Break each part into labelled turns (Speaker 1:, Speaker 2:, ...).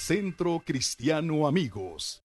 Speaker 1: Centro Cristiano Amigos.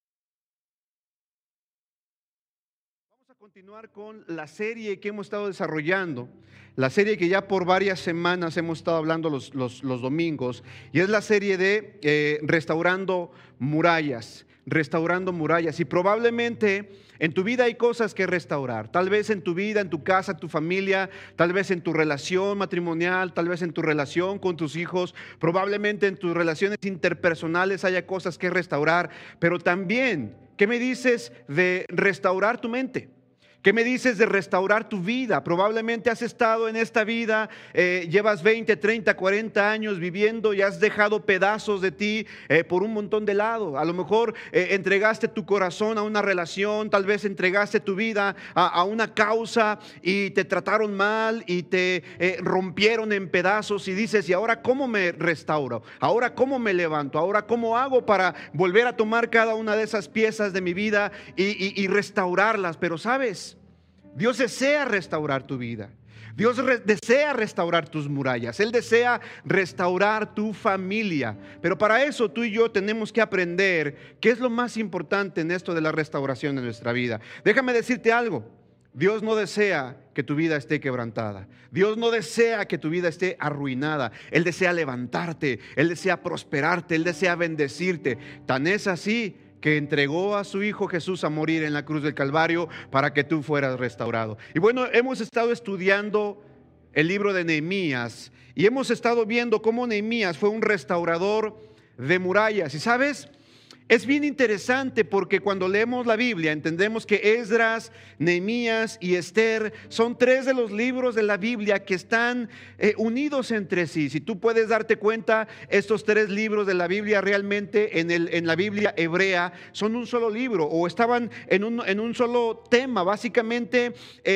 Speaker 2: Vamos a continuar con la serie que hemos estado desarrollando, la serie que ya por varias semanas hemos estado hablando los domingos, y es la serie de Restaurando Murallas. Restaurando murallas. Y probablemente en tu vida hay cosas que restaurar. Tal vez en tu vida, en tu casa, tu familia, tal vez en tu relación matrimonial, tal vez en tu relación con tus hijos, probablemente en tus relaciones interpersonales haya cosas que restaurar. Pero también, ¿qué me dices de restaurar tu mente? ¿Qué me dices de restaurar tu vida? Probablemente has estado en esta vida, llevas 20, 30, 40 años viviendo y has dejado pedazos de ti por un montón de lados. A lo mejor entregaste tu corazón a una relación, tal vez entregaste tu vida a una causa y te trataron mal y te rompieron en pedazos y dices, ¿y ahora cómo me restauro? ¿Ahora cómo me levanto? ¿Ahora cómo hago para volver a tomar cada una de esas piezas de mi vida y restaurarlas? Pero ¿sabes? Dios desea restaurar tu vida. Dios desea restaurar tus murallas. Él desea restaurar tu familia. Pero para eso tú y yo tenemos que aprender qué es lo más importante en esto de la restauración de nuestra vida. Déjame decirte algo. Dios no desea que tu vida esté quebrantada. Dios no desea que tu vida esté arruinada. Él desea levantarte. Él desea prosperarte. Él desea bendecirte. Tan es así que entregó a su Hijo Jesús a morir en la cruz del Calvario para que tú fueras restaurado. Y bueno, hemos estado estudiando el libro de Nehemías y hemos estado viendo cómo Nehemías fue un restaurador de murallas. Y ¿sabes? Es bien interesante porque cuando leemos la Biblia entendemos que Esdras, Nehemías y Esther son tres de los libros de la Biblia que están unidos entre sí. Si tú puedes darte cuenta, estos tres libros de la Biblia realmente en la Biblia hebrea son un solo libro o estaban en un solo tema. Básicamente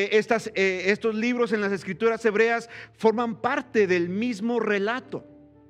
Speaker 2: estos libros en las escrituras hebreas forman parte del mismo relato.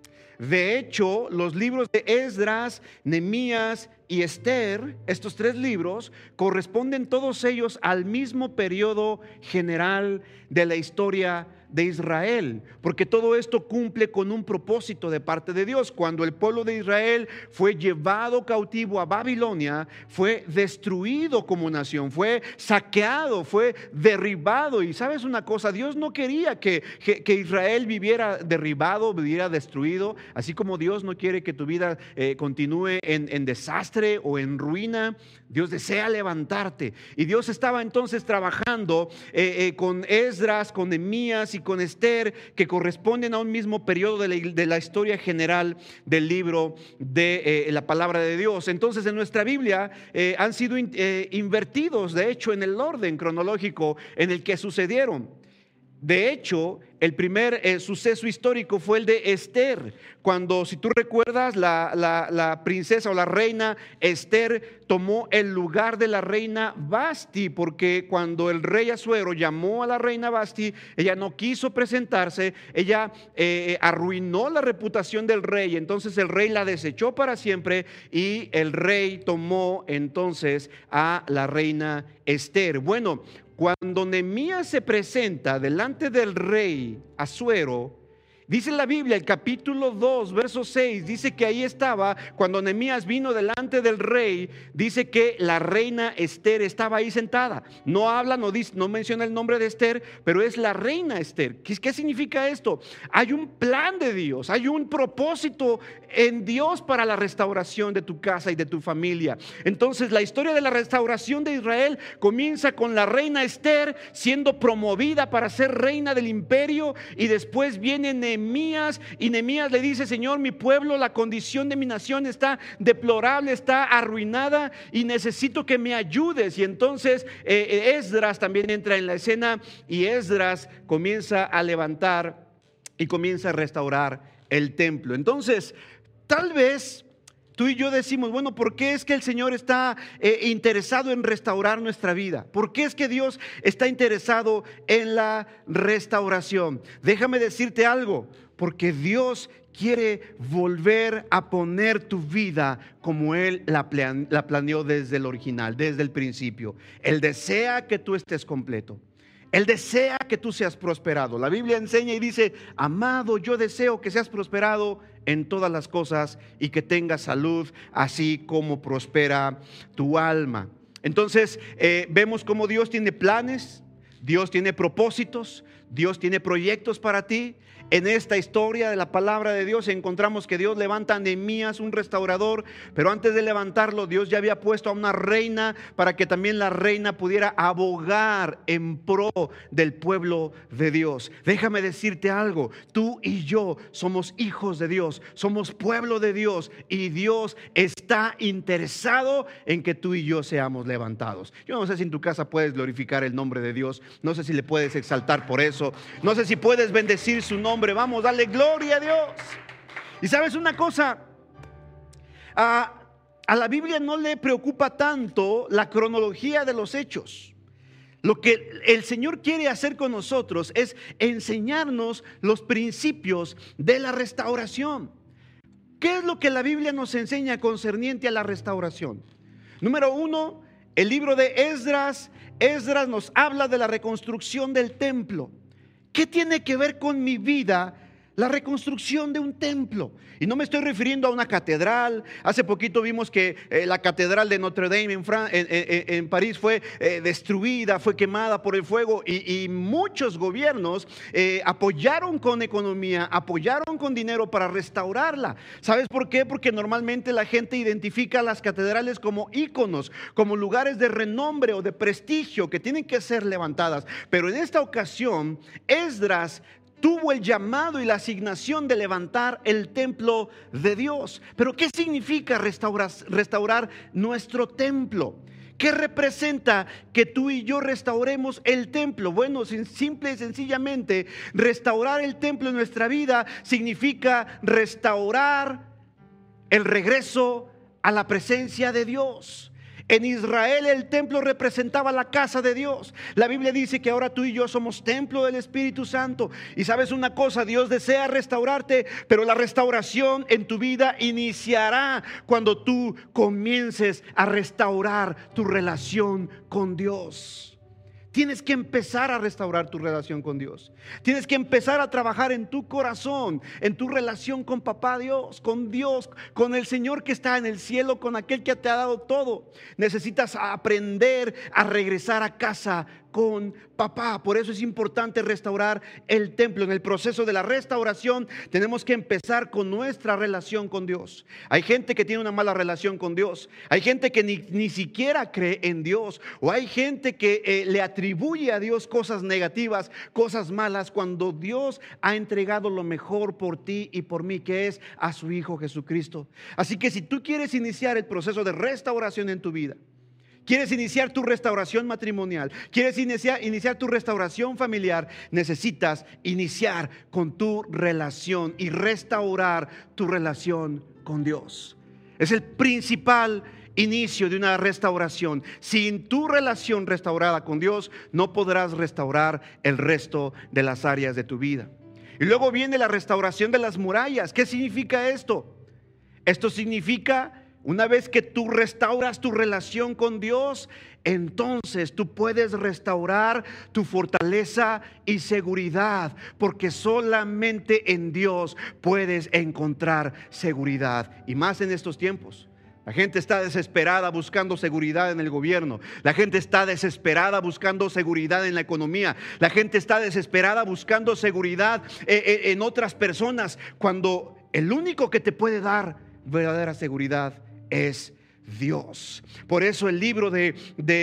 Speaker 2: De hecho, los libros de Esdras, Nehemías y Esther, estos tres libros, corresponden todos ellos al mismo periodo general de la historia de Israel, porque todo esto cumple con un propósito de parte de Dios. Cuando el pueblo de Israel fue llevado cautivo a Babilonia, fue destruido como nación, fue saqueado, fue derribado. Y sabes una cosa, Dios no quería que Israel viviera derribado, viviera destruido, así como Dios no quiere que tu vida continúe en desastre o en ruina. Dios desea levantarte. Y Dios estaba entonces trabajando con Esdras, con Nehemías y con Esther, que corresponden a un mismo periodo de la historia general del libro de la palabra de Dios. Entonces en nuestra Biblia han sido invertidos, de hecho, en el orden cronológico en el que sucedieron. De hecho, el primer suceso histórico fue el de Esther, cuando, si tú recuerdas, la princesa o la reina Esther tomó el lugar de la reina Vasti, porque cuando el rey Asuero llamó a la reina Vasti, ella no quiso presentarse, ella arruinó la reputación del rey, entonces el rey la desechó para siempre y el rey tomó entonces a la reina Esther. Bueno, cuando Nehemías se presenta delante del rey Asuero, dice la Biblia, el capítulo 2, verso 6, dice que ahí estaba, cuando Nehemías vino delante del rey, dice que la reina Esther estaba ahí sentada. No habla, no menciona el nombre de Esther, pero es la reina Esther. ¿Qué significa esto? Hay un plan de Dios, hay un propósito en Dios para la restauración de tu casa y de tu familia. Entonces la historia de la restauración de Israel comienza con la reina Esther siendo promovida para ser reina del imperio, y después viene Nehemías, y Nehemías le dice: Señor, mi pueblo, la condición de mi nación está deplorable, está arruinada y necesito que me ayudes. Y entonces Esdras también entra en la escena, y Esdras comienza a levantar y comienza a restaurar el templo. Entonces, tal vez tú y yo decimos, bueno, ¿por qué es que el Señor está interesado en restaurar nuestra vida? ¿Por qué es que Dios está interesado en la restauración? Déjame decirte algo, porque Dios quiere volver a poner tu vida como Él la planeó desde el original, desde el principio. Él desea que tú estés completo. Él desea que tú seas prosperado. La Biblia enseña y dice: amado, yo deseo que seas prosperado en todas las cosas y que tengas salud, así como prospera tu alma. Entonces vemos cómo Dios tiene planes, Dios tiene propósitos, Dios tiene proyectos para ti. En esta historia de la palabra de Dios encontramos que Dios levanta a Nehemías, un restaurador, pero antes de levantarlo, Dios ya había puesto a una reina para que también la reina pudiera abogar en pro del pueblo de Dios. Déjame decirte algo: tú y yo somos hijos de Dios, somos pueblo de Dios, y Dios está interesado en que tú y yo seamos levantados. Yo no sé si en tu casa puedes glorificar el nombre de Dios, no sé si le puedes exaltar por eso, no sé si puedes bendecir su nombre. Vamos, dale gloria a Dios. Y sabes una cosa, a la Biblia no le preocupa tanto la cronología de los hechos. Lo que el Señor quiere hacer con nosotros es enseñarnos los principios de la restauración. ¿Qué es lo que la Biblia nos enseña concerniente a la restauración? Número uno, el libro de Esdras. Esdras nos habla de la reconstrucción del templo. ¿Qué tiene que ver con mi vida la reconstrucción de un templo? Y no me estoy refiriendo a una catedral. Hace poquito vimos que la catedral de Notre Dame en París fue destruida, fue quemada por el fuego, y muchos gobiernos apoyaron con economía, apoyaron con dinero para restaurarla. ¿Sabes por qué? Porque normalmente la gente identifica las catedrales como íconos, como lugares de renombre o de prestigio que tienen que ser levantadas. Pero en esta ocasión, Esdras tuvo el llamado y la asignación de levantar el templo de Dios. Pero ¿qué significa restaurar nuestro templo? ¿Qué representa que tú y yo restauremos el templo? Bueno, simple y sencillamente, restaurar el templo en nuestra vida significa restaurar el regreso a la presencia de Dios. En Israel el templo representaba la casa de Dios. La Biblia dice que ahora tú y yo somos templo del Espíritu Santo. Y sabes una cosa, Dios desea restaurarte, pero la restauración en tu vida iniciará cuando tú comiences a restaurar tu relación con Dios. Tienes que empezar a restaurar tu relación con Dios. Tienes que empezar a trabajar en tu corazón, en tu relación con Papá Dios, con el Señor que está en el cielo, con aquel que te ha dado todo. Necesitas aprender a regresar a casa con papá. Por eso es importante restaurar el templo. En el proceso de la restauración tenemos que empezar con nuestra relación con Dios. Hay gente que tiene una mala relación con Dios. Hay gente que ni siquiera cree en Dios. O hay gente que le atribuye a Dios cosas negativas, cosas malas, cuando Dios ha entregado lo mejor por ti y por mí, que es a su Hijo Jesucristo. Así que si tú quieres iniciar el proceso de restauración en tu vida, quieres iniciar tu restauración matrimonial, quieres iniciar tu restauración familiar, necesitas iniciar con tu relación y restaurar tu relación con Dios. Es el principal inicio de una restauración. Sin tu relación restaurada con Dios, no podrás restaurar el resto de las áreas de tu vida. Y luego viene la restauración de las murallas. ¿Qué significa esto? Esto significa, una vez que tú restauras tu relación con Dios, entonces tú puedes restaurar tu fortaleza y seguridad, porque solamente en Dios puedes encontrar seguridad. Y más en estos tiempos. La gente está desesperada buscando seguridad en el gobierno. La gente está desesperada buscando seguridad en la economía. La gente está desesperada buscando seguridad en otras personas, cuando el único que te puede dar verdadera seguridad es Dios. Por eso el libro de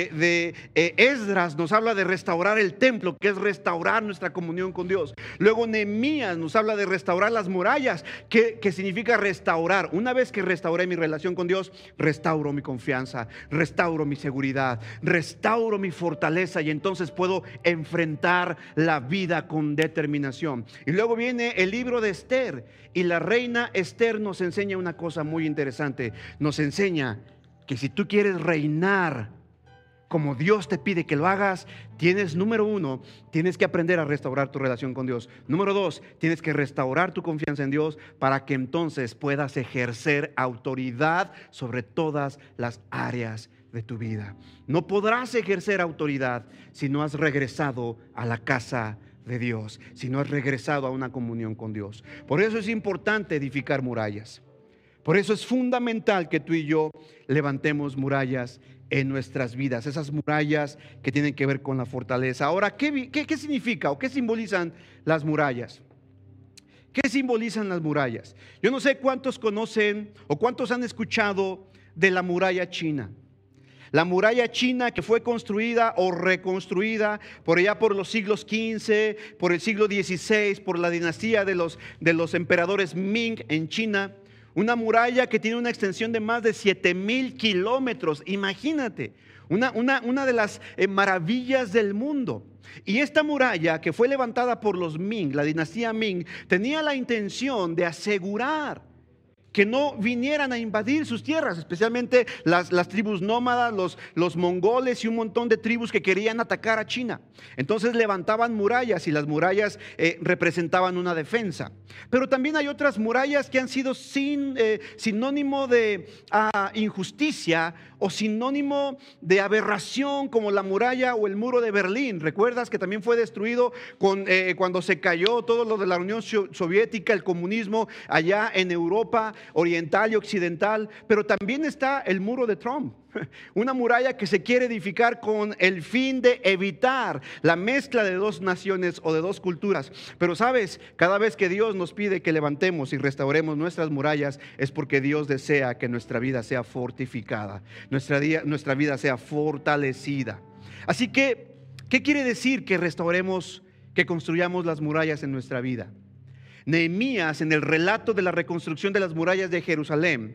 Speaker 2: Esdras nos habla de restaurar el templo, que es restaurar nuestra comunión con Dios. Luego Nehemías nos habla de restaurar las murallas, que significa restaurar. Una vez que restauré mi relación con Dios, restauro mi confianza, restauro mi seguridad, restauro mi fortaleza, y entonces puedo enfrentar la vida con determinación. Y luego viene el libro de Esther, y la reina Esther nos enseña una cosa muy interesante. Nos enseña que si tú quieres reinar como Dios te pide que lo hagas, número uno, tienes que aprender a restaurar tu relación con Dios. Número dos, tienes que restaurar tu confianza en Dios, para que entonces puedas ejercer autoridad sobre todas las áreas de tu vida. No podrás ejercer autoridad si no has regresado a la casa de Dios, si no has regresado a una comunión con Dios. Por eso es importante edificar murallas. Por eso es fundamental que tú y yo levantemos murallas en nuestras vidas, esas murallas que tienen que ver con la fortaleza. Ahora, ¿qué significa o qué simbolizan las murallas? ¿Qué simbolizan las murallas? Yo no sé cuántos conocen o cuántos han escuchado de la muralla china. La muralla china que fue construida o reconstruida por allá por los siglos XV, por el siglo XVI, por la dinastía de los emperadores Ming en China. Una muralla que tiene una extensión de más de 7,000 kilómetros. Imagínate, una de las maravillas del mundo. Y esta muralla que fue levantada por los Ming, la dinastía Ming, tenía la intención de asegurar que no vinieran a invadir sus tierras, especialmente las tribus nómadas, los mongoles y un montón de tribus que querían atacar a China. Entonces levantaban murallas y las murallas representaban una defensa. Pero también hay otras murallas que han sido sinónimo de injusticia o sinónimo de aberración, como la muralla o el muro de Berlín. ¿Recuerdas que también fue destruido cuando se cayó todo lo de la Unión Soviética, el comunismo allá en Europa oriental y occidental? Pero también está el muro de Trump, una muralla que se quiere edificar con el fin de evitar la mezcla de dos naciones o de dos culturas. Pero sabes, cada vez que Dios nos pide que levantemos y restauremos nuestras murallas, es porque Dios desea que nuestra vida sea fortificada, nuestra vida sea fortalecida. Así que, ¿qué quiere decir que restauremos, que construyamos las murallas en nuestra vida? Nehemías, en el relato de la reconstrucción de las murallas de Jerusalén,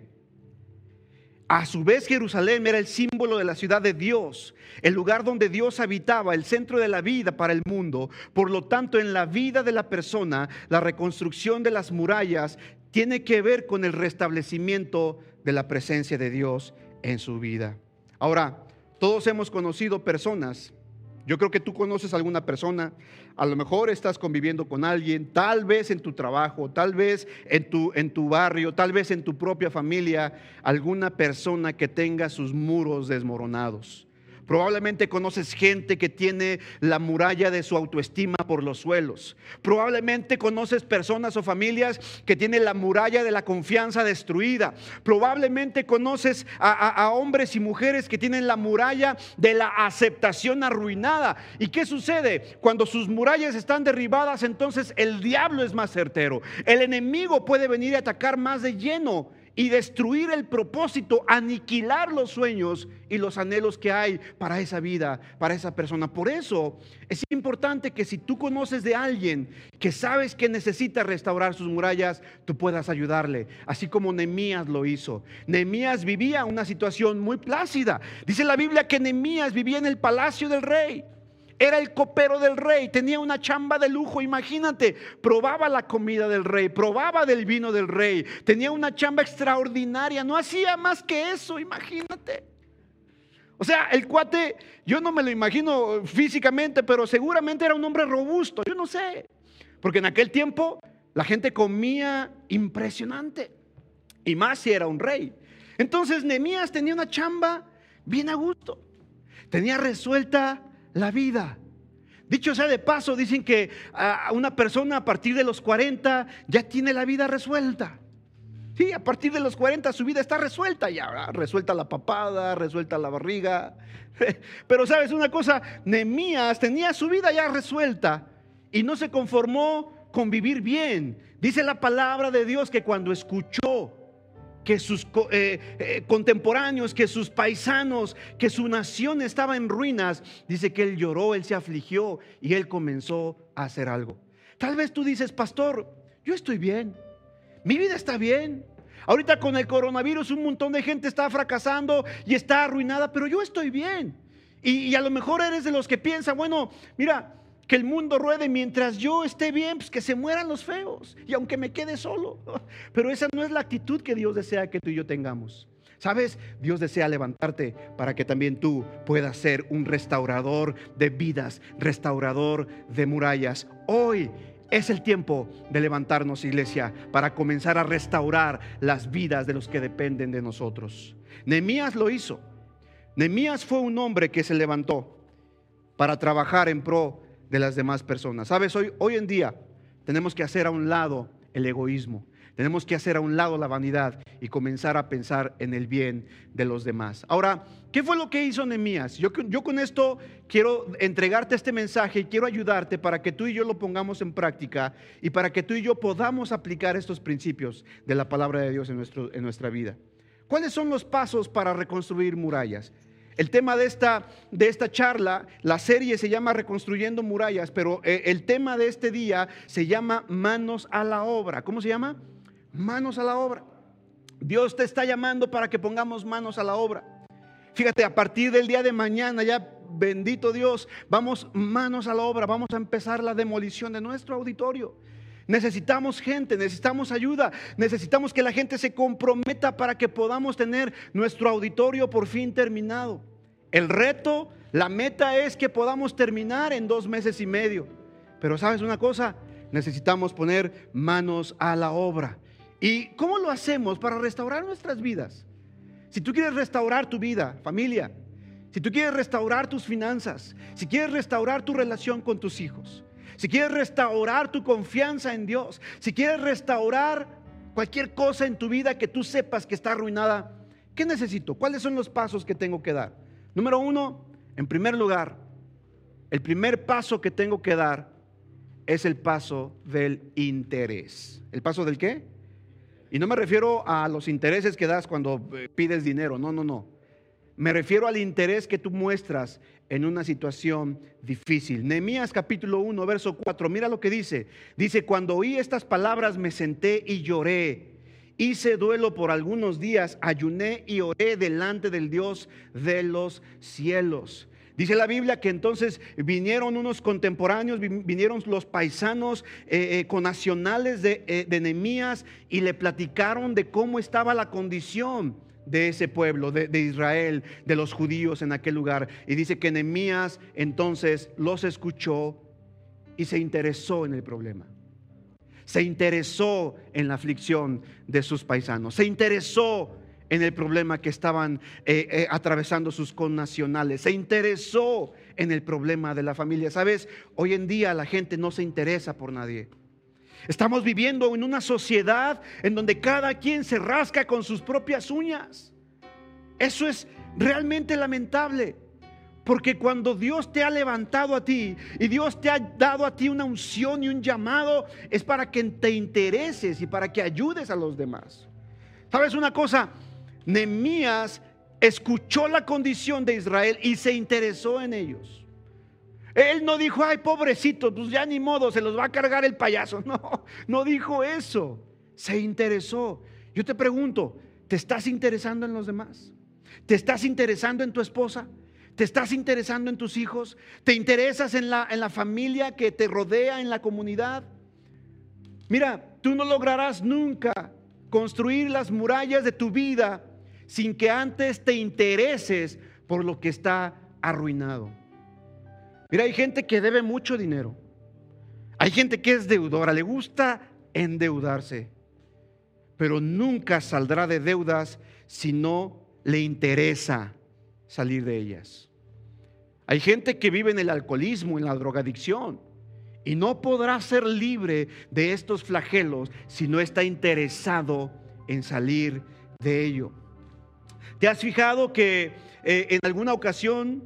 Speaker 2: a su vez Jerusalén era el símbolo de la ciudad de Dios, el lugar donde Dios habitaba, el centro de la vida para el mundo. Por lo tanto, en la vida de la persona, la reconstrucción de las murallas tiene que ver con el restablecimiento de la presencia de Dios en su vida. Ahora, todos hemos conocido personas. Yo creo que tú conoces a alguna persona, a lo mejor estás conviviendo con alguien, tal vez en tu trabajo, tal vez en tu barrio, tal vez en tu propia familia, alguna persona que tenga sus muros desmoronados. Probablemente conoces gente que tiene la muralla de su autoestima por los suelos. Probablemente conoces personas o familias que tienen la muralla de la confianza destruida. Probablemente conoces a hombres y mujeres que tienen la muralla de la aceptación arruinada. ¿Y qué sucede? Cuando sus murallas están derribadas, entonces el diablo es más certero. El enemigo puede venir y atacar más de lleno y destruir el propósito, aniquilar los sueños y los anhelos que hay para esa vida, para esa persona. Por eso es importante que si tú conoces de alguien que sabes que necesita restaurar sus murallas, tú puedas ayudarle, así como Nehemías lo hizo. Nehemías vivía una situación muy plácida. Dice la Biblia que Nehemías vivía en el palacio del rey. Era el copero del rey, tenía una chamba de lujo, imagínate, probaba la comida del rey, probaba del vino del rey, tenía una chamba extraordinaria, no hacía más que eso, imagínate. O sea, el cuate, yo no me lo imagino físicamente, pero seguramente era un hombre robusto, yo no sé, porque en aquel tiempo la gente comía impresionante, y más si era un rey. Entonces Nehemías tenía una chamba bien a gusto, tenía resuelta la vida. Dicho sea de paso, dicen que una persona a partir de los 40 ya tiene la vida resuelta. Sí, a partir de los 40 su vida está resuelta ya, ¿verdad? Resuelta la papada, resuelta la barriga. Pero sabes una cosa, Nehemías tenía su vida ya resuelta y no se conformó con vivir bien. Dice la palabra de Dios que cuando escuchó que sus contemporáneos, que sus paisanos, que su nación estaba en ruinas, dice que él lloró, él se afligió y él comenzó a hacer algo. Tal vez tú dices, pastor, yo estoy bien, mi vida está bien. Ahorita con el coronavirus un montón de gente está fracasando y está arruinada, pero yo estoy bien. Y a lo mejor eres de los que piensan, bueno, mira, que el mundo ruede mientras yo esté bien, pues que se mueran los feos y aunque me quede solo. Pero esa no es la actitud que Dios desea que tú y yo tengamos. ¿Sabes? Dios desea levantarte para que también tú puedas ser un restaurador de vidas, restaurador de murallas. Hoy es el tiempo de levantarnos, iglesia, para comenzar a restaurar las vidas de los que dependen de nosotros. Nehemías lo hizo. Nehemías fue un hombre que se levantó para trabajar en pro de las demás personas. Sabes, hoy en día tenemos que hacer a un lado el egoísmo. Tenemos que hacer a un lado la vanidad y comenzar a pensar en el bien de los demás. Ahora, ¿qué fue lo que hizo Nehemías? Yo con esto quiero entregarte este mensaje y quiero ayudarte para que tú y yo lo pongamos en práctica y para que tú y yo podamos aplicar estos principios de la palabra de Dios en nuestra vida. ¿Cuáles son los pasos para reconstruir murallas? El tema de esta charla, la serie se llama Reconstruyendo Murallas, pero el tema de este día se llama Manos a la obra. ¿Cómo se llama? Manos a la obra. Dios te está llamando para que pongamos manos a la obra. Fíjate, a partir del día de mañana, ya bendito Dios, vamos manos a la obra. Vamos a empezar la demolición de nuestro auditorio. Necesitamos gente, necesitamos ayuda, necesitamos que la gente se comprometa para que podamos tener nuestro auditorio por fin terminado. El reto, la meta es que podamos terminar en 2 meses y medio. Pero ¿sabes una cosa? Necesitamos poner manos a la obra. ¿Y cómo lo hacemos para restaurar nuestras vidas? Si tú quieres restaurar tu vida, familia, si tú quieres restaurar tus finanzas, si quieres restaurar tu relación con tus hijos, si quieres restaurar tu confianza en Dios, si quieres restaurar cualquier cosa en tu vida que tú sepas que está arruinada, ¿qué necesito? ¿Cuáles son los pasos que tengo que dar? Número 1, en primer lugar, el primer paso que tengo que dar es el paso del interés. ¿El paso del qué? Y no me refiero a los intereses que das cuando pides dinero, no. Me refiero al interés que tú muestras en una situación difícil. Nehemías capítulo 1, verso 4, mira lo que dice. Dice, cuando oí estas palabras me senté y lloré. Hice duelo por algunos días, ayuné y oré delante del Dios de los cielos. Dice la Biblia que entonces vinieron unos contemporáneos, vinieron los paisanos connacionales de Nehemías y le platicaron de cómo estaba la condición de ese pueblo, de Israel, de los judíos en aquel lugar. Y dice que Nehemías entonces los escuchó y se interesó en el problema. Se interesó en la aflicción de sus paisanos. Se interesó en el problema que estaban atravesando sus connacionales. Se interesó en el problema de la familia. ¿Sabes? Hoy en día la gente no se interesa por nadie. Estamos viviendo en una sociedad en donde cada quien se rasca con sus propias uñas. Eso es realmente lamentable. Porque cuando Dios te ha levantado a ti y Dios te ha dado a ti una unción y un llamado, es para que te intereses y para que ayudes a los demás. ¿Sabes una cosa? Nehemías escuchó la condición de Israel y se interesó en ellos. Él no dijo, ay, pobrecito, pues ya ni modo, se los va a cargar el payaso. No dijo eso. Se interesó. Yo te pregunto, ¿te estás interesando en los demás? ¿Te estás interesando en tu esposa? ¿Te estás interesando en tus hijos? ¿Te interesas en la familia que te rodea, en la comunidad? Mira, tú no lograrás nunca construir las murallas de tu vida sin que antes te intereses por lo que está arruinado. Mira, hay gente que debe mucho dinero. Hay gente que es deudora, le gusta endeudarse, pero nunca saldrá de deudas si no le interesa salir de ellas. Hay gente que vive en el alcoholismo, en la drogadicción, y no podrá ser libre de estos flagelos si no está interesado en salir de ello. ¿Te has fijado que en alguna ocasión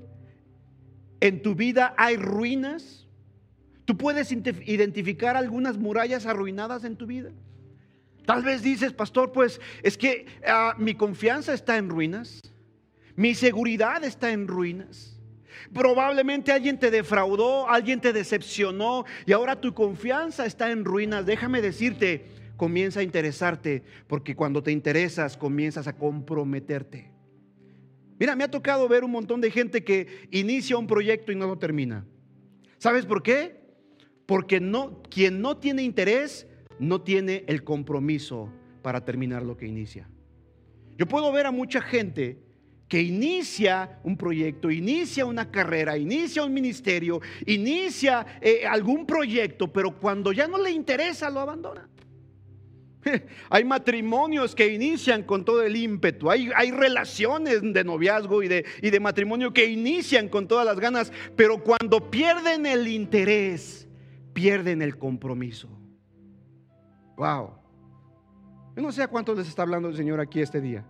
Speaker 2: en tu vida hay ruinas? ¿Tú puedes identificar algunas murallas arruinadas en tu vida? Tal vez dices, pastor, pues es que mi confianza está en ruinas, mi seguridad está en ruinas. Probablemente alguien te defraudó, alguien te decepcionó y ahora tu confianza está en ruinas. Déjame decirte, comienza a interesarte, porque cuando te interesas comienzas a comprometerte. Mira, me ha tocado ver un montón de gente que inicia un proyecto y no lo termina. ¿Sabes por qué? Porque quien no tiene interés no tiene el compromiso para terminar lo que inicia. Yo puedo ver a mucha gente que inicia un proyecto, inicia una carrera, inicia un ministerio, inicia algún proyecto, pero cuando ya no le interesa lo abandona. Hay matrimonios que inician con todo el ímpetu. Hay relaciones de noviazgo y de matrimonio que inician con todas las ganas, pero cuando pierden el interés, pierden el compromiso. Wow. Yo no sé a cuántos les está hablando el Señor aquí este día.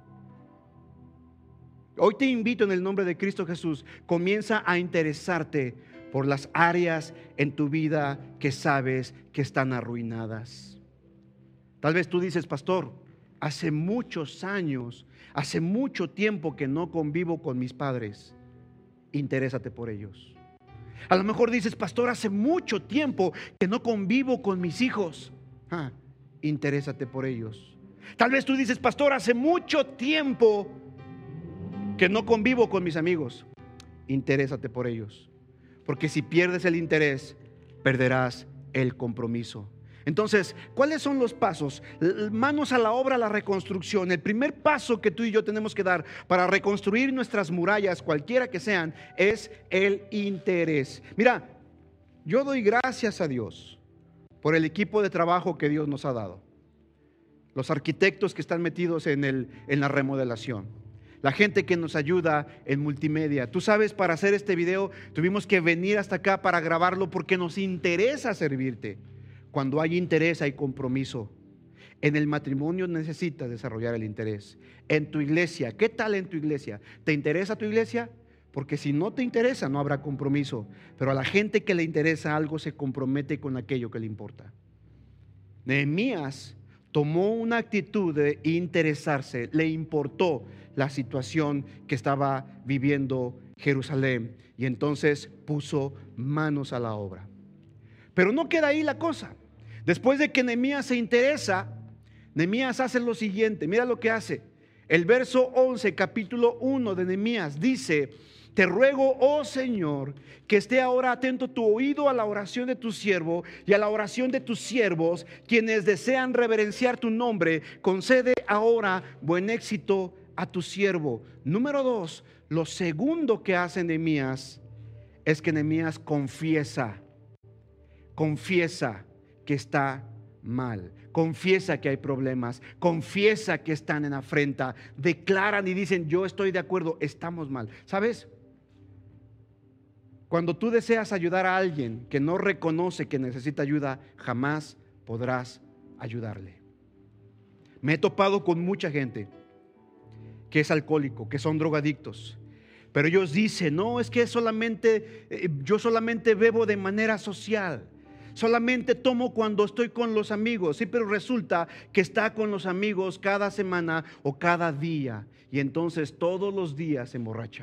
Speaker 2: Hoy te invito en el nombre de Cristo Jesús, comienza a interesarte por las áreas en tu vida que sabes que están arruinadas. Tal vez tú dices, pastor, hace muchos años, hace mucho tiempo que no convivo con mis padres. Interésate por ellos. A lo mejor dices, pastor, hace mucho tiempo que no convivo con mis hijos. Interésate por ellos. Tal vez tú dices, pastor, hace mucho tiempo que no convivo con mis amigos. Interésate por ellos. Porque si pierdes el interés, perderás el compromiso. Entonces, ¿cuáles son los pasos? Manos a la obra, la reconstrucción. El primer paso que tú y yo tenemos que dar para reconstruir nuestras murallas, cualquiera que sean, es el interés. Mira, yo doy gracias a Dios por el equipo de trabajo que Dios nos ha dado. Los arquitectos que están metidos en la remodelación. La gente que nos ayuda en multimedia. Tú sabes, para hacer este video tuvimos que venir hasta acá para grabarlo porque nos interesa servirte. Cuando hay interés hay compromiso. En el matrimonio necesitas desarrollar el interés. En tu iglesia, ¿qué tal en tu iglesia? ¿Te interesa tu iglesia? Porque si no te interesa no habrá compromiso. Pero a la gente que le interesa algo se compromete con aquello que le importa. Nehemías tomó una actitud de interesarse, le importó la situación que estaba viviendo Jerusalén y entonces puso manos a la obra. Pero no queda ahí la cosa. Después de que Nehemías se interesa, Nehemías hace lo siguiente. Mira lo que hace. El verso 11, capítulo 1 de Nehemías dice: te ruego, oh Señor, que esté ahora atento tu oído a la oración de tu siervo y a la oración de tus siervos, quienes desean reverenciar tu nombre. Concede ahora buen éxito a tu siervo. Número 2, lo segundo que hace Nehemías es que Nehemías confiesa que está mal, confiesa que hay problemas, confiesa que están en afrenta, declaran y dicen: yo estoy de acuerdo, estamos mal. ¿Sabes? Cuando tú deseas ayudar a alguien que no reconoce que necesita ayuda, jamás podrás ayudarle. Me he topado con mucha gente que es alcohólico, que son drogadictos, pero ellos dicen: no, es que yo solamente bebo de manera social. Solamente tomo cuando estoy con los amigos. Sí, pero resulta que está con los amigos cada semana o cada día. Y entonces todos los días se emborracha.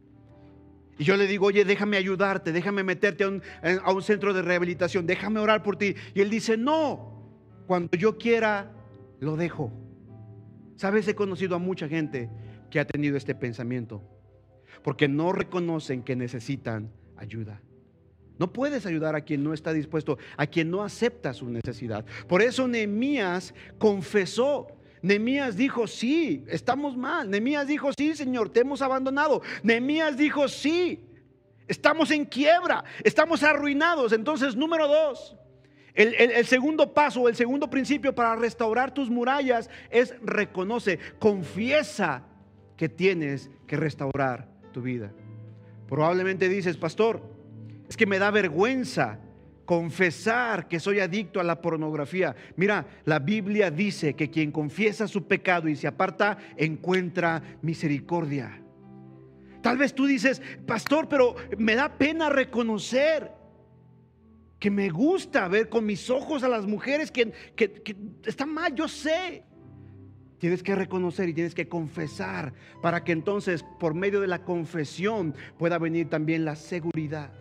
Speaker 2: Y yo le digo: oye, déjame ayudarte, déjame meterte a un centro de rehabilitación, déjame orar por ti. Y él dice: no, cuando yo quiera lo dejo. ¿Sabes? He conocido a mucha gente que ha tenido este pensamiento, porque no reconocen que necesitan ayuda. No puedes ayudar a quien no está dispuesto, a quien no acepta su necesidad. Por eso Nehemías confesó. Nehemías dijo: sí, estamos mal. Nehemías dijo: sí, Señor, te hemos abandonado. Nehemías dijo: sí, estamos en quiebra, estamos arruinados. Entonces, número 2, el segundo paso, el segundo principio para restaurar tus murallas es: reconoce, confiesa que tienes que restaurar tu vida. Probablemente dices: pastor, es que me da vergüenza confesar que soy adicto a la pornografía. Mira, la Biblia dice que quien confiesa su pecado y se aparta encuentra misericordia. Tal vez tú dices: pastor, pero me da pena reconocer que me gusta ver con mis ojos a las mujeres que están mal. Yo sé. Tienes que reconocer y tienes que confesar para que entonces por medio de la confesión pueda venir también la seguridad.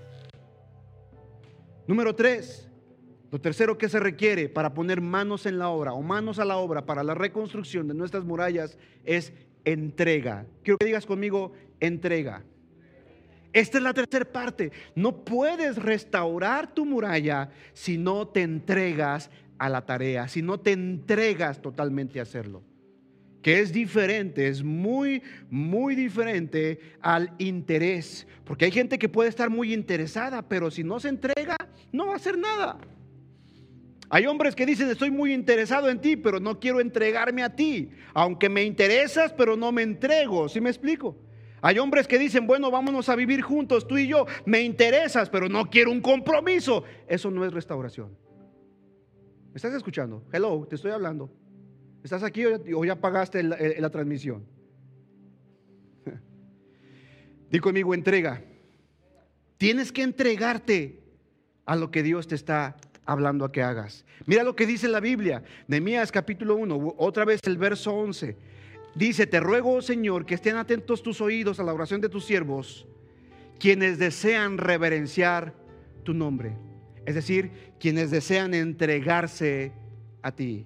Speaker 2: Número 3, lo tercero que se requiere para poner manos en la obra o manos a la obra para la reconstrucción de nuestras murallas es entrega. Quiero que digas conmigo: entrega. Esta es la tercera parte. No puedes restaurar tu muralla si no te entregas a la tarea, si no te entregas totalmente a hacerlo. Que es diferente, es muy, muy diferente al interés. Porque hay gente que puede estar muy interesada, pero si no se entrega, no va a hacer nada. Hay hombres que dicen: estoy muy interesado en ti, pero no quiero entregarme a ti. Aunque me interesas, pero no me entrego. ¿Sí me explico? Hay hombres que dicen: bueno, vámonos a vivir juntos, tú y yo. Me interesas, pero no quiero un compromiso. Eso no es restauración. ¿Me estás escuchando? Hello, te estoy hablando. ¿Estás aquí o ya pagaste la transmisión? Di conmigo: entrega. Tienes que entregarte a lo que Dios te está hablando a que hagas. Mira lo que dice la Biblia, Nehemías capítulo 1, otra vez el verso 11. Dice: te ruego, oh Señor, que estén atentos tus oídos a la oración de tus siervos, quienes desean reverenciar tu nombre. Es decir, quienes desean entregarse a ti.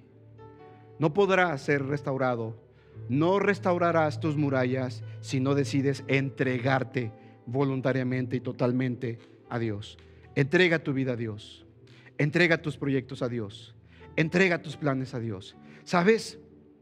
Speaker 2: No podrás ser restaurado, no restaurarás tus murallas si no decides entregarte voluntariamente y totalmente a Dios. Entrega tu vida a Dios. Entrega tus proyectos a Dios. Entrega tus planes a Dios. ¿Sabes?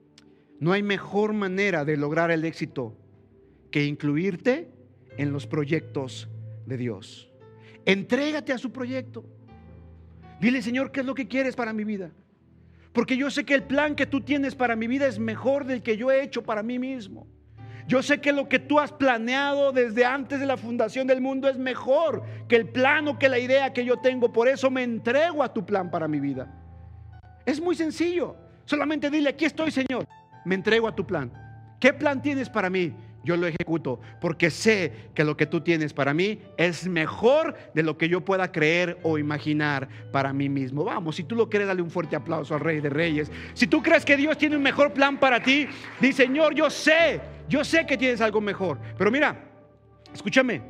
Speaker 2: No hay mejor manera de lograr el éxito que incluirte en los proyectos de Dios. Entrégate a su proyecto. Dile: Señor, ¿qué es lo que quieres para mi vida? Porque yo sé que el plan que tú tienes para mi vida es mejor del que yo he hecho para mí mismo. Yo sé que lo que tú has planeado desde antes de la fundación del mundo es mejor que el plan o que la idea que yo tengo. Por eso me entrego a tu plan para mi vida. Es muy sencillo. Solamente dile: aquí estoy, Señor. Me entrego a tu plan. ¿Qué plan tienes para mí? Yo lo ejecuto, porque sé que lo que tú tienes para mí es mejor de lo que yo pueda creer o imaginar para mí mismo. Vamos, si tú lo quieres, dale un fuerte aplauso al Rey de Reyes. Si tú crees que Dios tiene un mejor plan para ti, di: Señor, yo sé que tienes algo mejor. Pero mira, escúchame,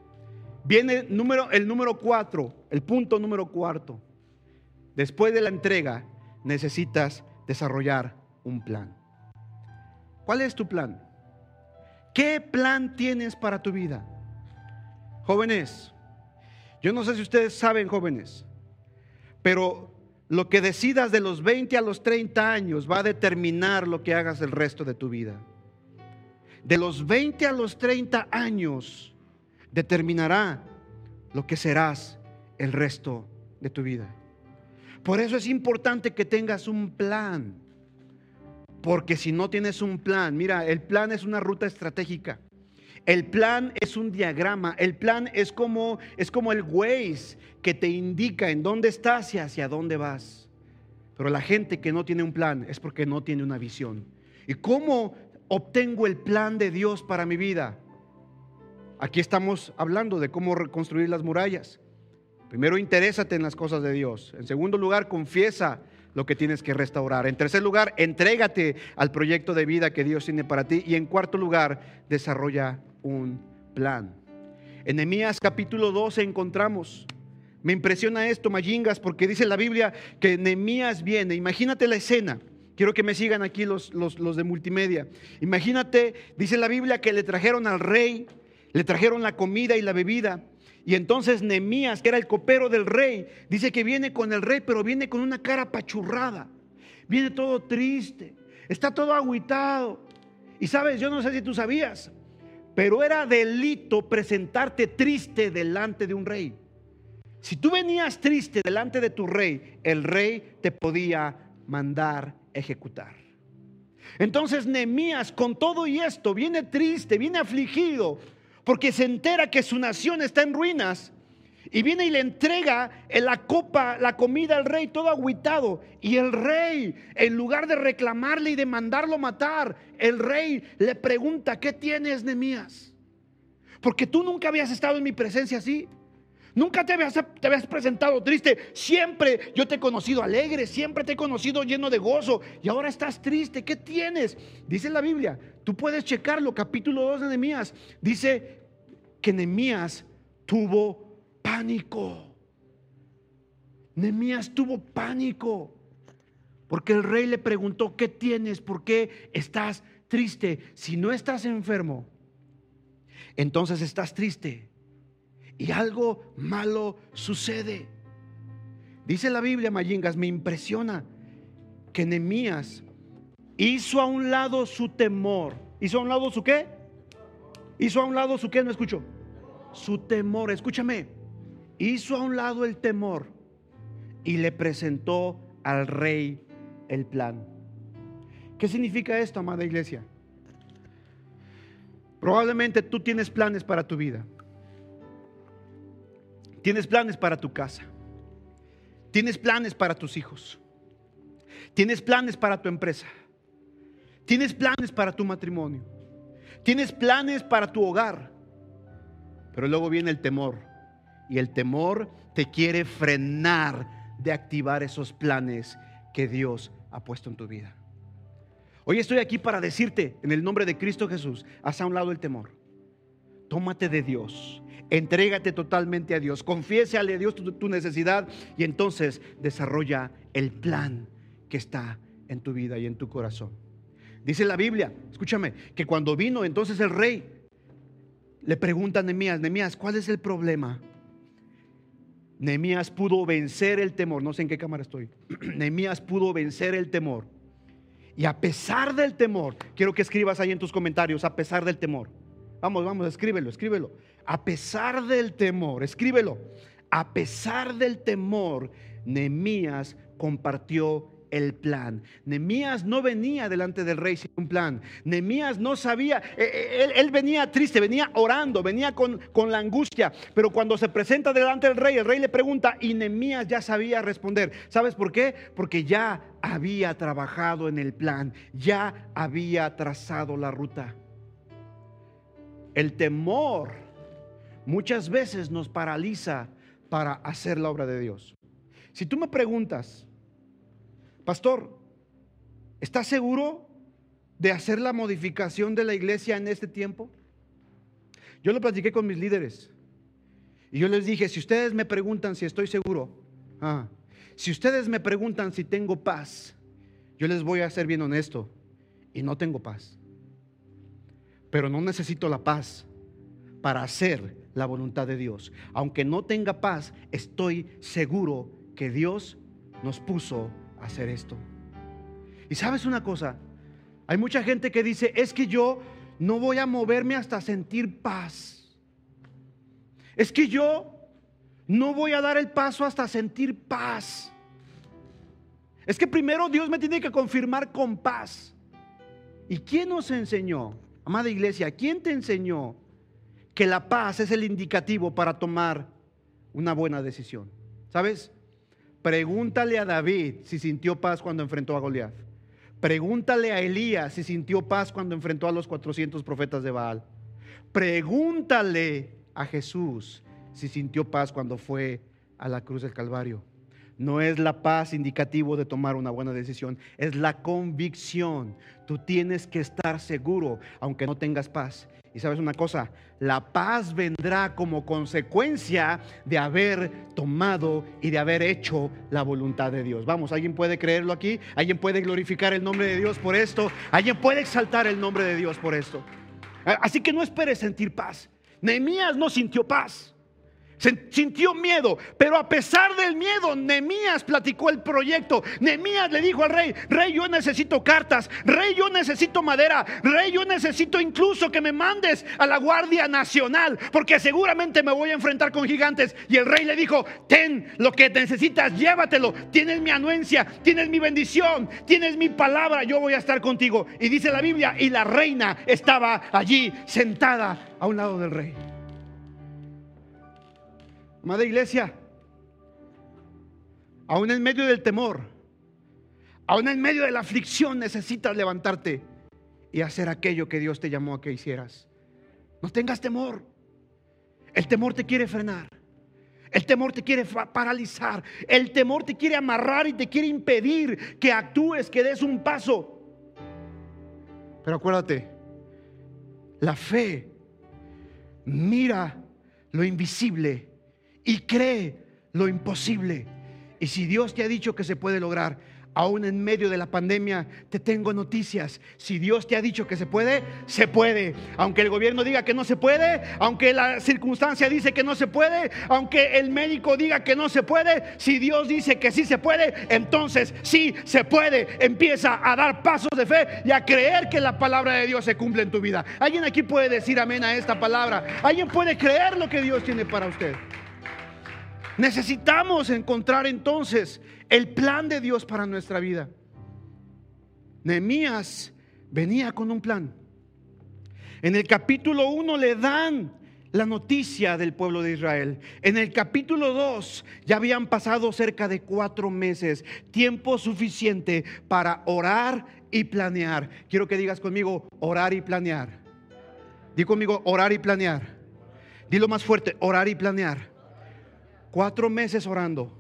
Speaker 2: viene el número 4, el punto número 4. Después de la entrega, necesitas desarrollar un plan. ¿Cuál es tu plan? ¿Qué plan tienes para tu vida? Jóvenes, yo no sé si ustedes saben, jóvenes, pero lo que decidas de los 20 a los 30 años va a determinar lo que hagas el resto de tu vida. De los 20 a los 30 años determinará lo que serás el resto de tu vida. Por eso es importante que tengas un plan. Porque si no tienes un plan, mira, el plan es una ruta estratégica. El plan es un diagrama. El plan es como el Waze que te indica en dónde estás y hacia dónde vas. Pero la gente que no tiene un plan es porque no tiene una visión. ¿Y cómo obtengo el plan de Dios para mi vida? Aquí estamos hablando de cómo reconstruir las murallas. Primero, interésate en las cosas de Dios. En segundo lugar, confiesa lo que tienes que restaurar. En tercer lugar, entrégate al proyecto de vida que Dios tiene para ti. Y en cuarto lugar, desarrolla un plan. En Nehemías capítulo 12 encontramos, me impresiona esto, Mayingas, porque dice la Biblia que Nehemías viene. Imagínate la escena. Quiero que me sigan aquí los de multimedia. Imagínate, dice la Biblia, que le trajeron al rey, le trajeron la comida y la bebida. Y entonces Nehemías, que era el copero del rey, dice que viene con el rey, pero viene con una cara apachurrada. Viene todo triste, está todo agüitado. Y sabes, yo no sé si tú sabías, pero era delito presentarte triste delante de un rey. Si tú venías triste delante de tu rey, el rey te podía mandar ejecutar. Entonces Nehemías, con todo y esto, viene triste, viene afligido, porque se entera que su nación está en ruinas. Y viene y le entrega la comida al rey todo agüitado. Y el rey, en lugar de reclamarle y de mandarlo matar, el rey le pregunta: ¿qué tienes, Nehemías? Porque tú nunca habías estado en mi presencia así. Nunca te habías presentado triste. Siempre yo te he conocido alegre, siempre te he conocido lleno de gozo. Y ahora estás triste. ¿Qué tienes? Dice la Biblia, tú puedes checarlo, capítulo 2 de Nehemías. Dice que Nehemías tuvo pánico. Nehemías tuvo pánico. Porque el rey le preguntó: ¿qué tienes? ¿Por qué estás triste? Si no estás enfermo, entonces estás triste. Y algo malo sucede. Dice la Biblia, Mayingas, me impresiona que Nehemías hizo a un lado su temor. ¿Hizo a un lado su qué? ¿Hizo a un lado su qué? No escucho. Su temor, escúchame. Hizo a un lado el temor y le presentó al rey el plan. ¿Qué significa esto, amada iglesia? Probablemente tú tienes planes para tu vida. Tienes planes para tu casa. Tienes planes para tus hijos. Tienes planes para tu empresa. Tienes planes para tu matrimonio. Tienes planes para tu hogar. Pero luego viene el temor. Y el temor te quiere frenar de activar esos planes que Dios ha puesto en tu vida. Hoy estoy aquí para decirte, en el nombre de Cristo Jesús, haz a un lado el temor. Tómate de Dios. Entrégate totalmente a Dios. Confiésale a Dios tu necesidad y entonces desarrolla el plan que está en tu vida y en tu corazón. Dice la Biblia, escúchame, que cuando vino entonces el rey, le pregunta a Nehemías, ¿cuál es el problema? Nehemías pudo vencer el temor. No sé en qué cámara estoy. Nehemías pudo vencer el temor. Y a pesar del temor, quiero que escribas ahí en tus comentarios, a pesar del temor. Vamos, escríbelo. A pesar del temor, escríbelo. A pesar del temor, Nehemías compartió el plan. Nehemías no venía delante del rey sin un plan. Nehemías no sabía, él venía triste, venía orando, venía con la angustia. Pero cuando se presenta delante del rey, el rey le pregunta y Nehemías ya sabía responder. ¿Sabes por qué? Porque ya había trabajado en el plan, ya había trazado la ruta. El temor muchas veces nos paraliza para hacer la obra de Dios. Si tú me preguntas, pastor, ¿estás seguro de hacer la modificación de la iglesia en este tiempo? Yo lo platiqué con mis líderes y yo les dije, si ustedes me preguntan si estoy seguro, si ustedes me preguntan si tengo paz, yo les voy a ser bien honesto y no tengo paz. Pero no necesito la paz para hacer la voluntad de Dios. Aunque no tenga paz, estoy seguro que Dios nos puso a hacer esto. Y sabes una cosa, hay mucha gente que dice, es que yo no voy a moverme hasta sentir paz. Es que yo no voy a dar el paso hasta sentir paz. Es que primero Dios me tiene que confirmar con paz. ¿Y quién nos enseñó? Amada iglesia, ¿quién te enseñó que la paz es el indicativo para tomar una buena decisión? ¿Sabes? Pregúntale a David si sintió paz cuando enfrentó a Goliat. Pregúntale a Elías si sintió paz cuando enfrentó a los 400 profetas de Baal. Pregúntale a Jesús si sintió paz cuando fue a la cruz del Calvario. No es la paz indicativo de tomar una buena decisión, es la convicción. Tú tienes que estar seguro aunque no tengas paz. Y sabes una cosa, la paz vendrá como consecuencia de haber tomado y de haber hecho la voluntad de Dios. Vamos, ¿alguien puede creerlo aquí? ¿Alguien puede glorificar el nombre de Dios por esto? ¿Alguien puede exaltar el nombre de Dios por esto? Así que no esperes sentir paz. Nehemías no sintió paz. Sintió miedo, pero a pesar del miedo, Nehemías platicó el proyecto. Nehemías le dijo al rey, rey, yo necesito cartas, rey, yo necesito madera, rey, yo necesito incluso que me mandes a la Guardia Nacional, porque seguramente me voy a enfrentar con gigantes. Y el rey le dijo, ten lo que necesitas, llévatelo, tienes mi anuencia, tienes mi bendición, tienes mi palabra, yo voy a estar contigo. Y dice la Biblia, y la reina estaba allí sentada a un lado del rey. Amada iglesia, aún en medio del temor, aún en medio de la aflicción, necesitas levantarte y hacer aquello que Dios te llamó a que hicieras. No tengas temor. El temor te quiere frenar. El temor te quiere paralizar. El temor te quiere amarrar y te quiere impedir que actúes, que des un paso. Pero acuérdate, la fe mira lo invisible y cree lo imposible. Y si Dios te ha dicho que se puede lograr, aún en medio de la pandemia, te tengo noticias. Si Dios te ha dicho que se puede, se puede. Aunque el gobierno diga que no se puede, aunque la circunstancia dice que no se puede, aunque el médico diga que no se puede, si Dios dice que sí se puede, entonces sí se puede. Empieza a dar pasos de fe y a creer que la palabra de Dios se cumple en tu vida. ¿Alguien aquí puede decir amén a esta palabra? ¿Alguien puede creer lo que Dios tiene para usted? Necesitamos encontrar entonces el plan de Dios para nuestra vida. Nehemías venía con un plan. En el capítulo 1 le dan la noticia del pueblo de Israel. En el capítulo 2 ya habían pasado cerca de 4 meses, tiempo suficiente para orar y planear. Quiero que digas conmigo, orar y planear. Di conmigo, orar y planear. Dilo más fuerte, orar y planear. 4 meses orando,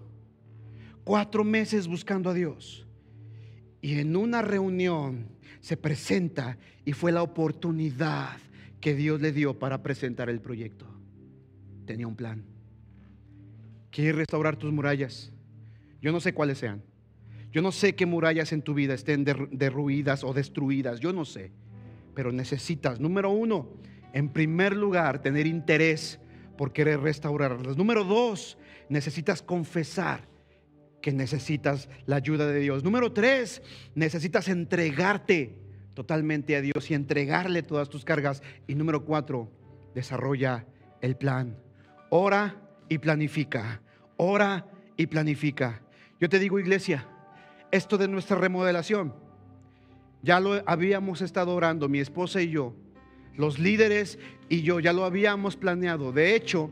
Speaker 2: 4 meses buscando a Dios. Y en una reunión se presenta y fue la oportunidad que Dios le dio para presentar el proyecto. Tenía un plan. ¿Quieres restaurar tus murallas? Yo no sé cuáles sean. Yo no sé qué murallas en tu vida estén derruidas o destruidas. Yo no sé. Pero necesitas, número 1, en primer lugar, tener interés por querer restaurarlas. Número 2, necesitas confesar que necesitas la ayuda de Dios. Número 3, necesitas entregarte totalmente a Dios y entregarle todas tus cargas. Y número 4, desarrolla el plan. Ora y planifica. Ora y planifica. Yo te digo, iglesia, esto de nuestra remodelación, ya lo habíamos estado orando, mi esposa y yo, los líderes y yo, ya lo habíamos planeado. De hecho,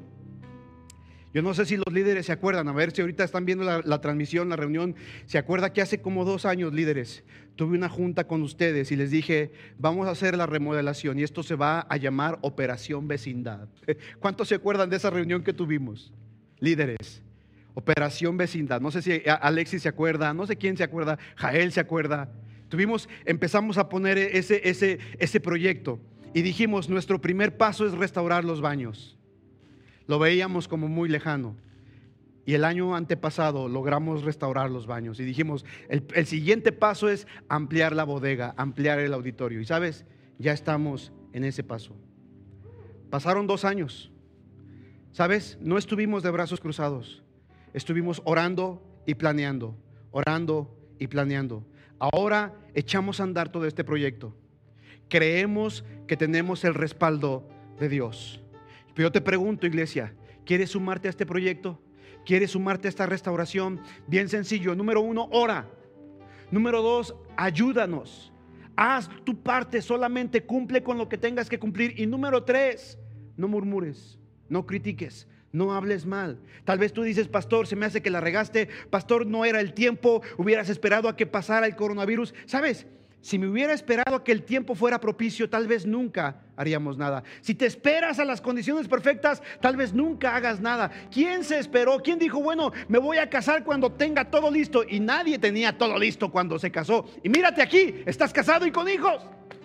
Speaker 2: yo no sé si los líderes se acuerdan, a ver si ahorita están viendo la transmisión, la reunión. Se acuerda que hace como 2 años, líderes, tuve una junta con ustedes y les dije, vamos a hacer la remodelación y esto se va a llamar Operación Vecindad. ¿Cuántos se acuerdan de esa reunión que tuvimos? Líderes, Operación Vecindad. No sé si Alexis se acuerda, no sé quién se acuerda, Jael se acuerda. Empezamos a poner ese proyecto y dijimos, nuestro primer paso es restaurar los baños. Lo veíamos como muy lejano. Y el año antepasado logramos restaurar los baños. Y dijimos, el siguiente paso es ampliar la bodega, ampliar el auditorio. Y sabes, ya estamos en ese paso. Pasaron 2 años. Sabes, no estuvimos de brazos cruzados. Estuvimos orando y planeando. Orando y planeando. Ahora echamos a andar todo este proyecto. Creemos que tenemos el respaldo de Dios. Pero yo te pregunto, iglesia, ¿quieres sumarte a este proyecto? ¿Quieres sumarte a esta restauración? Bien sencillo. Número 1, ora. Número 2, ayúdanos. Haz tu parte, solamente cumple con lo que tengas que cumplir. Y número 3, no murmures, no critiques, no hables mal. Tal vez tú dices, pastor, se me hace que la regaste. Pastor, no era el tiempo, hubieras esperado a que pasara el coronavirus. ¿Sabes? Si me hubiera esperado a que el tiempo fuera propicio, tal vez nunca haríamos nada. Si te esperas a las condiciones perfectas, tal vez nunca hagas nada. ¿Quién se esperó? ¿Quién dijo, bueno, me voy a casar cuando tenga todo listo? Y nadie tenía todo listo cuando se casó. Y mírate aquí, estás casado y con hijos.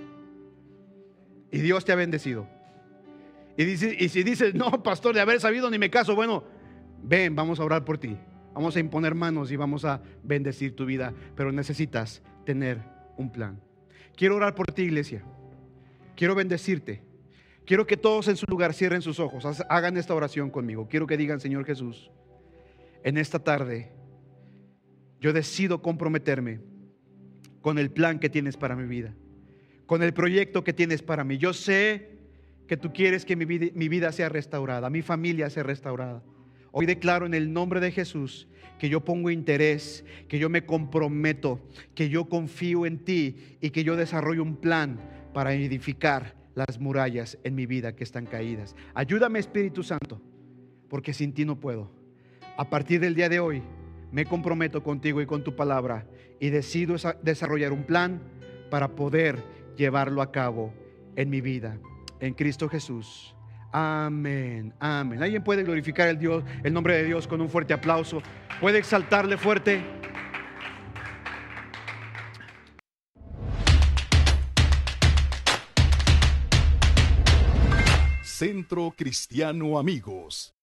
Speaker 2: Y Dios te ha bendecido. Y si dices, no, pastor, de haber sabido ni me caso, bueno, ven, vamos a orar por ti. Vamos a imponer manos y vamos a bendecir tu vida. Pero necesitas tener un plan. Quiero orar por ti, iglesia. Quiero bendecirte. Quiero que todos en su lugar cierren sus ojos, hagan esta oración conmigo. Quiero que digan, Señor Jesús, en esta tarde yo decido comprometerme con el plan que tienes para mi vida, con el proyecto que tienes para mí. Yo sé que tú quieres que mi vida sea restaurada, mi familia sea restaurada. Hoy declaro en el nombre de Jesús que yo pongo interés, que yo me comprometo, que yo confío en ti y que yo desarrollo un plan para edificar las murallas en mi vida que están caídas. Ayúdame, Espíritu Santo, porque sin ti no puedo. A partir del día de hoy me comprometo contigo y con tu palabra y decido desarrollar un plan para poder llevarlo a cabo en mi vida. En Cristo Jesús. Amén, amén. ¿Alguien puede glorificar el nombre de Dios con un fuerte aplauso? ¿Puede exaltarle fuerte?
Speaker 1: Centro Cristiano Amigos.